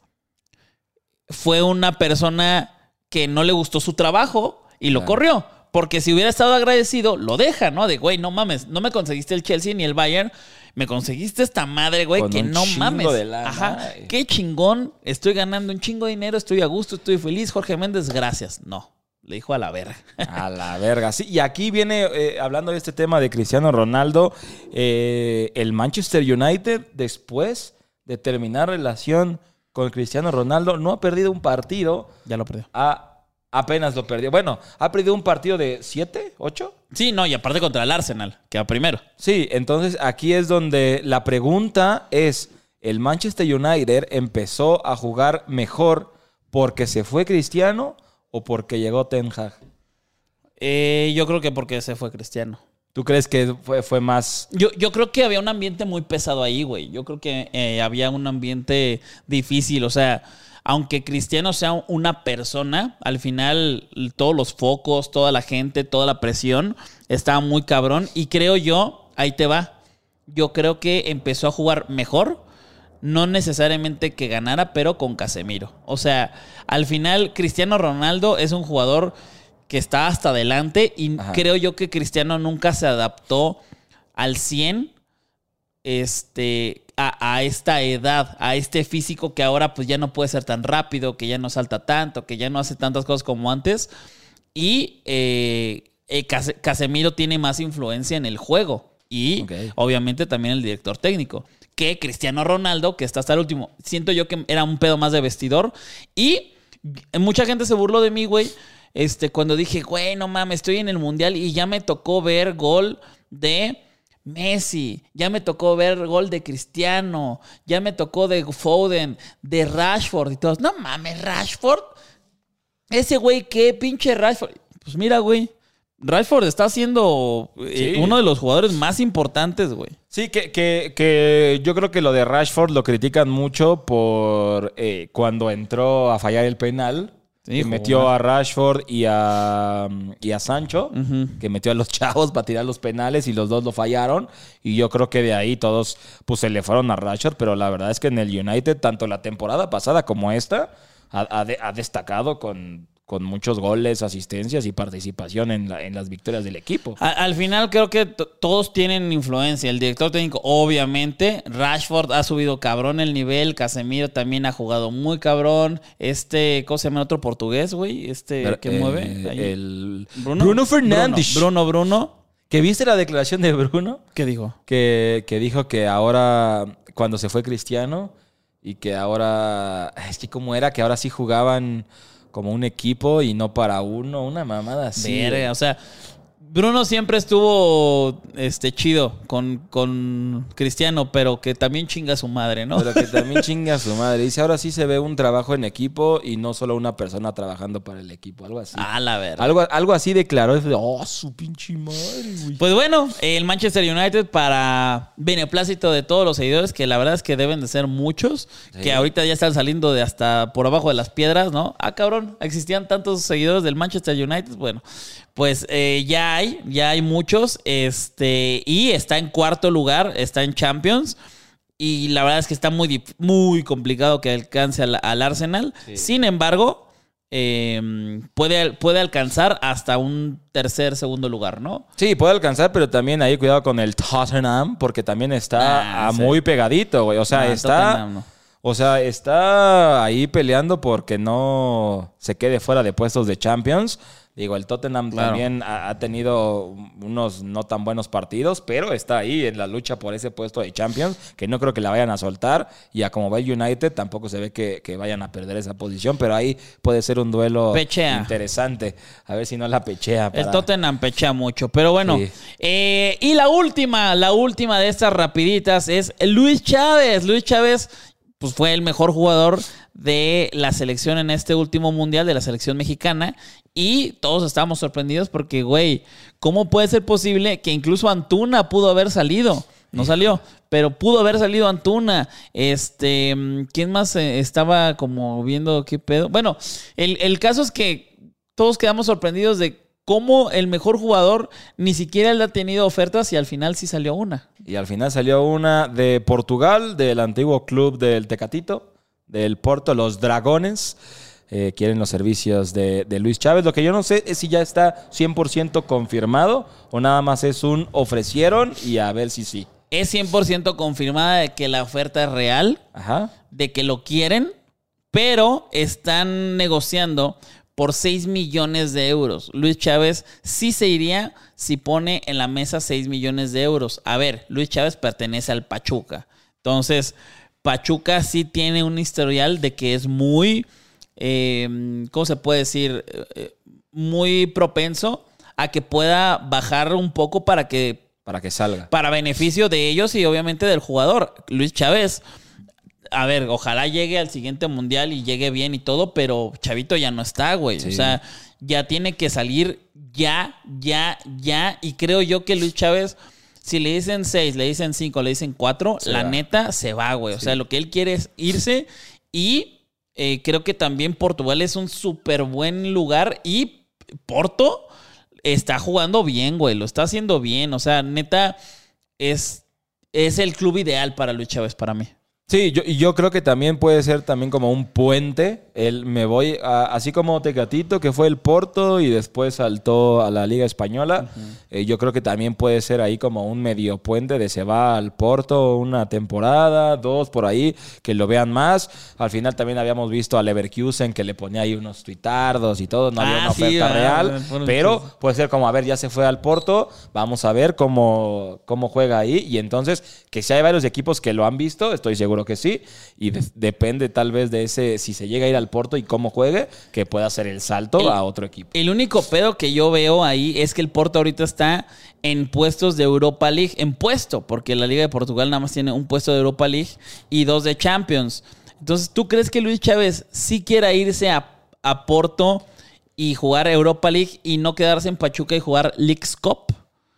fue una persona... que no le gustó su trabajo y lo claro. corrió. Porque si hubiera estado agradecido, lo deja, ¿no? De, güey, no mames, no me conseguiste el Chelsea ni el Bayern, me conseguiste esta madre, güey, Con que no mames. De lana. Ajá, qué chingón, estoy ganando un chingo de dinero, estoy a gusto, estoy feliz. Jorge Méndez, gracias. No, le dijo a la verga. A la verga, sí. Y aquí viene, eh, hablando de este tema de Cristiano Ronaldo, eh, el Manchester United, después de terminar relación con Cristiano Ronaldo, no ha perdido un partido. Ya lo perdió. A, apenas lo perdió. Bueno, ha perdido un partido de siete, ocho. Sí, no, y aparte contra el Arsenal, que va primero. Sí, entonces aquí es donde la pregunta es, ¿el Manchester United empezó a jugar mejor porque se fue Cristiano o porque llegó Ten Hag? Eh, yo creo que porque se fue Cristiano. ¿Tú crees que fue, fue más...? Yo, yo creo que había un ambiente muy pesado ahí, güey. Yo creo que eh, había un ambiente difícil. O sea, aunque Cristiano sea una persona, al final todos los focos, toda la gente, toda la presión estaba muy cabrón. Y creo yo, ahí te va, yo creo que empezó a jugar mejor, no necesariamente que ganara, pero con Casemiro. O sea, al final Cristiano Ronaldo es un jugador que está hasta adelante y Ajá. creo yo que Cristiano nunca se adaptó al cien este, a, a esta edad, a este físico que ahora pues ya no puede ser tan rápido, que ya no salta tanto, que ya no hace tantas cosas como antes. Y eh, eh, Cas- Casemiro tiene más influencia en el juego y okay. obviamente también el director técnico que Cristiano Ronaldo, que está hasta el último. Siento yo que era un pedo más de vestidor y mucha gente se burló de mí, güey. Este, cuando dije, güey, no mames, estoy en el Mundial y ya me tocó ver gol de Messi, ya me tocó ver gol de Cristiano, ya me tocó de Foden, de Rashford y todos. No mames, Rashford. Ese güey, ¿qué pinche Rashford? Pues mira, güey, Rashford está siendo eh, sí. uno de los jugadores más importantes, güey. Sí, que, que, que yo creo que lo de Rashford lo critican mucho por eh, cuando entró a fallar el penal. Sí, que metió a Rashford y a, y a Sancho, uh-huh. que metió a los chavos para tirar los penales y los dos lo fallaron. Y yo creo que de ahí todos pues, se le fueron a Rashford, pero la verdad es que en el United, tanto la temporada pasada como esta, ha, ha, de, ha destacado con, con muchos goles, asistencias y participación en, la, en las victorias del equipo. A, al final creo que t- todos tienen influencia. El director técnico, obviamente. Rashford ha subido cabrón el nivel. Casemiro también ha jugado muy cabrón. Este, ¿cómo se llama el otro portugués, güey? Este Pero, que eh, mueve. Ahí. El Bruno, Bruno Fernández. Bruno, Bruno, Bruno. ¿Que viste la declaración de Bruno? ¿Qué dijo? Que, que dijo que ahora, cuando se fue Cristiano, y que ahora, es que cómo era, que ahora sí jugaban como un equipo y no para uno, una mamada así. Verga, o sea, Bruno siempre estuvo este, chido con, con Cristiano, pero que también chinga a su madre, ¿no? Pero que también chinga a su madre. Dice, ahora sí se ve un trabajo en equipo y no solo una persona trabajando para el equipo, algo así. Ah, la verdad. Algo, algo así declaró. Oh, su pinche madre, güey. Pues bueno, el Manchester United, para beneplácito de todos los seguidores, que la verdad es que deben de ser muchos, sí. que ahorita ya están saliendo de hasta por abajo de las piedras, ¿no? Ah, cabrón, existían tantos seguidores del Manchester United, bueno... Pues eh, ya hay, ya hay muchos, este, y está en cuarto lugar, está en Champions, y la verdad es que está muy, muy complicado que alcance al, al Arsenal. Sí. Sin embargo, eh, puede, puede alcanzar hasta un tercer, segundo lugar, ¿no? Sí, puede alcanzar, pero también ahí cuidado con el Tottenham, porque también está ah, sí. muy pegadito, güey. O sea, ah, está... No. O sea, está ahí peleando porque no se quede fuera de puestos de Champions. Digo, el Tottenham claro. también ha, ha tenido unos no tan buenos partidos, pero está ahí en la lucha por ese puesto de Champions, que no creo que la vayan a soltar. Y a como va el United, tampoco se ve que, que vayan a perder esa posición, pero ahí puede ser un duelo pechea. interesante. A ver si no la pechea. Para... El Tottenham pechea mucho, pero bueno. Sí. Eh, y la última, la última de estas rapiditas es Luis Chávez. Luis Chávez pues, fue el mejor jugador de la selección en este último mundial, de la selección mexicana. Y todos estábamos sorprendidos porque, güey, ¿cómo puede ser posible que incluso Antuna pudo haber salido? No salió, pero pudo haber salido Antuna. Este, ¿quién más estaba como viendo qué pedo? Bueno, el, el caso es que todos quedamos sorprendidos de cómo el mejor jugador ni siquiera él ha tenido ofertas y al final sí salió una. Y al final salió una de Portugal, del antiguo club del Tecatito, del Porto, los Dragones. Eh, quieren los servicios de, de Luis Chávez. Lo que yo no sé es si ya está cien por ciento confirmado o nada más es un ofrecieron y a ver si sí. Es cien por ciento confirmada de que la oferta es real, Ajá. de que lo quieren, pero están negociando por seis millones de euros. Luis Chávez sí se iría si pone en la mesa seis millones de euros. A ver, Luis Chávez pertenece al Pachuca. Entonces, Pachuca sí tiene un historial de que es muy... Eh, ¿cómo se puede decir? Eh, muy propenso a que pueda bajar un poco para que para que salga, para beneficio de ellos y obviamente del jugador. Luis Chávez, a ver, ojalá llegue al siguiente mundial y llegue bien y todo, pero Chavito ya no está, güey. Sí. O sea, ya tiene que salir ya, ya, ya. Y creo yo que Luis Chávez, si le dicen seis, le dicen cinco, le dicen cuatro, la va. neta se va, güey. O sí. sea, lo que él quiere es irse y Eh, creo que también Portugal es un súper buen lugar y Porto está jugando bien, güey. Lo está haciendo bien. O sea, neta, es, es el club ideal para Luis Chávez para mí. Sí, yo, y yo creo que también puede ser también como un puente. El, me voy a- así como Tecatito, que fue el Porto y después saltó a la Liga Española. Uh-huh. eh, yo creo que también puede ser ahí como un medio puente de se va al Porto una temporada, dos por ahí, que lo vean más. Al final también habíamos visto a Leverkusen que le ponía ahí unos tuitardos y todo, no había Ah, una sí, oferta ah, real, bueno, pero pues. puede ser como, a ver, ya se fue al Porto, vamos a ver cómo, cómo juega ahí. Y entonces, que si hay varios equipos que lo han visto, estoy seguro que sí, y de- depende tal vez de ese, si se llega a ir al Porto y cómo juegue, que pueda hacer el salto El- a otro equipo. El único pedo que yo veo ahí es que el Porto ahorita está en puestos de Europa League, en puesto, porque la Liga de Portugal nada más tiene un puesto de Europa League y dos de Champions. Entonces, ¿tú crees que Luis Chávez sí quiera irse a, a Porto y jugar Europa League y no quedarse en Pachuca y jugar Leagues Cup?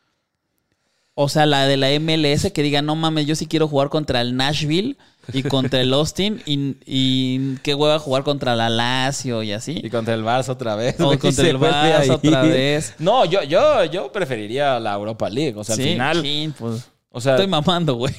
O sea, la de la M L S que diga, no mames, yo sí quiero jugar contra el Nashville y contra el Austin y, y qué hueva jugar contra la Lazio y así. Y contra el Barça otra vez. O güey, contra se el vuelve Barça ahí. otra vez. No, yo, yo, yo preferiría la Europa League. O sea, Sí, al final. chin, pues, O sea, estoy mamando, güey.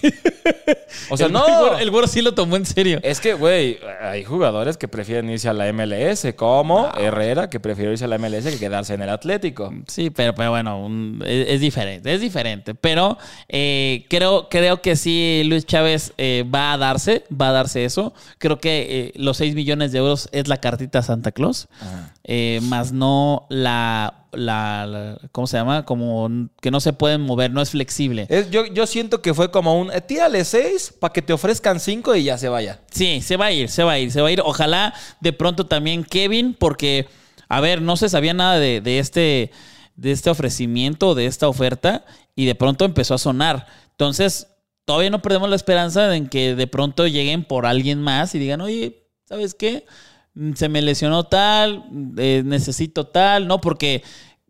o sea el, no. El güero, el güero sí lo tomó en serio. Es que, güey, hay jugadores que prefieren irse a la M L S, como Herrera, que prefiere irse a la M L S que quedarse en el Atlético. Sí, pero, pero bueno, un- es, es diferente, es diferente. Pero eh, creo, creo que sí, Luis Chávez eh, va a darse, va a darse eso. Creo que eh, los seis millones de euros es la cartita Santa Claus, eh, más no la, la, la- ¿cómo se llama? Como que no se pueden mover, no es flexible. Es, yo, yo siento que fue como un, eh, tírale seis para que te ofrezcan cinco y ya se vaya. Sí, se va a ir, se va a ir, se va a ir. Ojalá de pronto también Kevin, porque, a ver, no se sabía nada de, de este, de este ofrecimiento, de esta oferta, y de pronto empezó a sonar. Entonces, todavía no perdemos la esperanza en que de pronto lleguen por alguien más y digan, oye, ¿sabes qué? Mm, Se me lesionó tal, eh, necesito tal, ¿no? Porque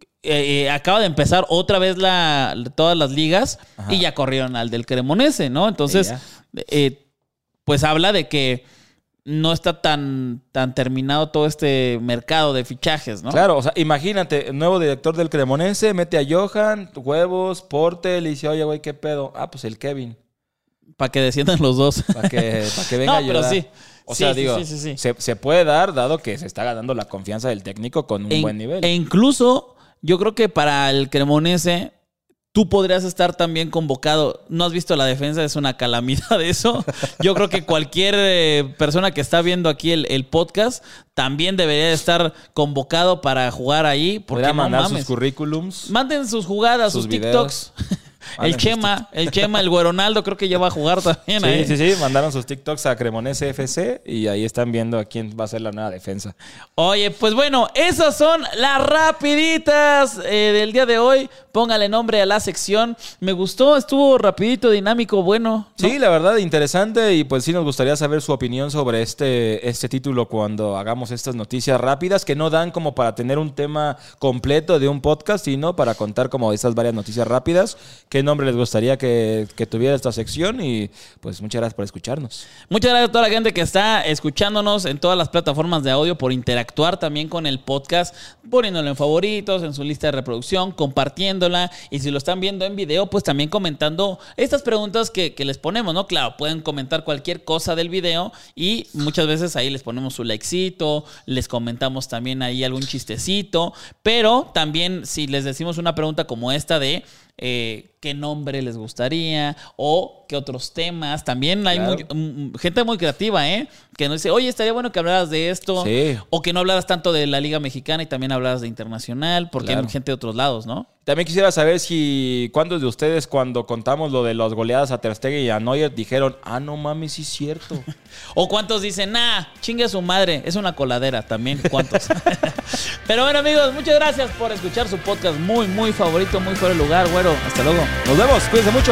eh, eh, acaba de empezar otra vez la, todas las ligas. Ajá. Y ya corrieron al del Cremonese, ¿no? Entonces, eh, pues habla de que no está tan, tan terminado todo este mercado de fichajes, ¿no? Claro, o sea, imagínate, el nuevo director del Cremonese mete a Johan, huevos, Porte, le dice, oye, güey, ¿qué pedo? Ah, pues el Kevin. Para que desciendan los dos. Para que, pa que venga no, a ayudar. pero sí. O sí, sea, sí, digo, sí, sí, sí. Se, se puede dar, dado que se está ganando la confianza del técnico con un e, buen nivel. E incluso, yo creo que para el Cremonese, tú podrías estar también convocado. ¿No has visto la defensa? Es una calamidad eso. Yo creo que cualquier eh, persona que está viendo aquí el, el podcast también debería estar convocado para jugar ahí. Podría mandar no mames. sus currículums. Manden sus jugadas, sus, sus TikToks. El Chema, el Chema, el Güeronaldo creo que ya va a jugar también. Sí, ahí. sí, sí. Mandaron sus TikToks a Cremonese F C y ahí están viendo a quién va a ser la nueva defensa. Oye, pues bueno, esas son las rapiditas eh, del día de hoy. Póngale nombre a la sección. Me gustó, estuvo rapidito, dinámico, bueno, ¿no? Sí, la verdad, interesante. Y pues sí nos gustaría saber su opinión sobre este, este título cuando hagamos estas noticias rápidas que no dan como para tener un tema completo de un podcast, sino para contar como estas varias noticias rápidas. ¿Qué nombre les gustaría que, que tuviera esta sección? Y pues muchas gracias por escucharnos. Muchas gracias a toda la gente que está escuchándonos en todas las plataformas de audio, por interactuar también con el podcast, poniéndolo en favoritos, en su lista de reproducción, compartiéndola, y si lo están viendo en video, pues también comentando estas preguntas que, que les ponemos, ¿no? Claro, pueden comentar cualquier cosa del video y muchas veces ahí les ponemos su likecito, les comentamos también ahí algún chistecito, pero también si les decimos una pregunta como esta de Eh, qué nombre les gustaría o qué otros temas. También hay claro. muy, gente muy creativa, ¿eh? Que nos dice, oye, estaría bueno que hablaras de esto. Sí. O que no hablaras tanto de la Liga Mexicana y también hablaras de internacional, porque claro. hay gente de otros lados, ¿no? También quisiera saber si cuántos de ustedes cuando contamos lo de las goleadas a Ter Stegen y a Neuer dijeron, ah, no mames, sí es cierto. O cuántos dicen, nah, chingue a su madre, es una coladera también, ¿cuántos? Pero bueno, amigos, muchas gracias por escuchar su podcast muy, muy favorito, muy fuera de lugar, güero. Hasta luego. Nos vemos, cuídense mucho.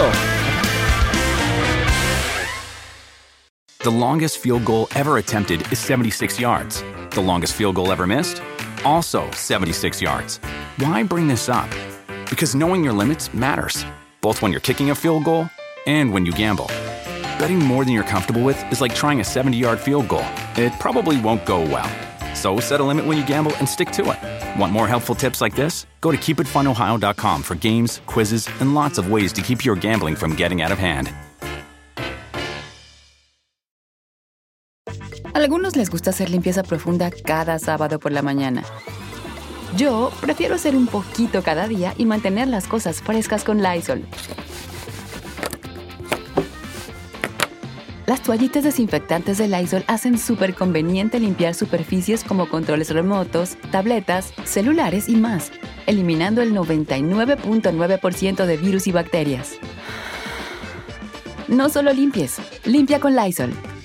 The longest field goal ever attempted is seventy-six yards. The longest field goal ever missed? Also seventy-six yards. Why bring this up? Because knowing your limits matters, both when you're kicking a field goal and when you gamble. Betting more than you're comfortable with is like trying a seventy-yard field goal. It probably won't go well. So set a limit when you gamble and stick to it. Want more helpful tips like this? Go to keep it fun ohio dot com for games, quizzes, and lots of ways to keep your gambling from getting out of hand. algunos les gusta hacer limpieza profunda cada sábado por la mañana. Yo prefiero hacer un poquito cada día y mantener las cosas frescas con Lysol. Las toallitas desinfectantes de Lysol hacen súper conveniente limpiar superficies como controles remotos, tabletas, celulares y más, eliminando el noventa y nueve punto nueve por ciento de virus y bacterias. No solo limpies, limpia con Lysol.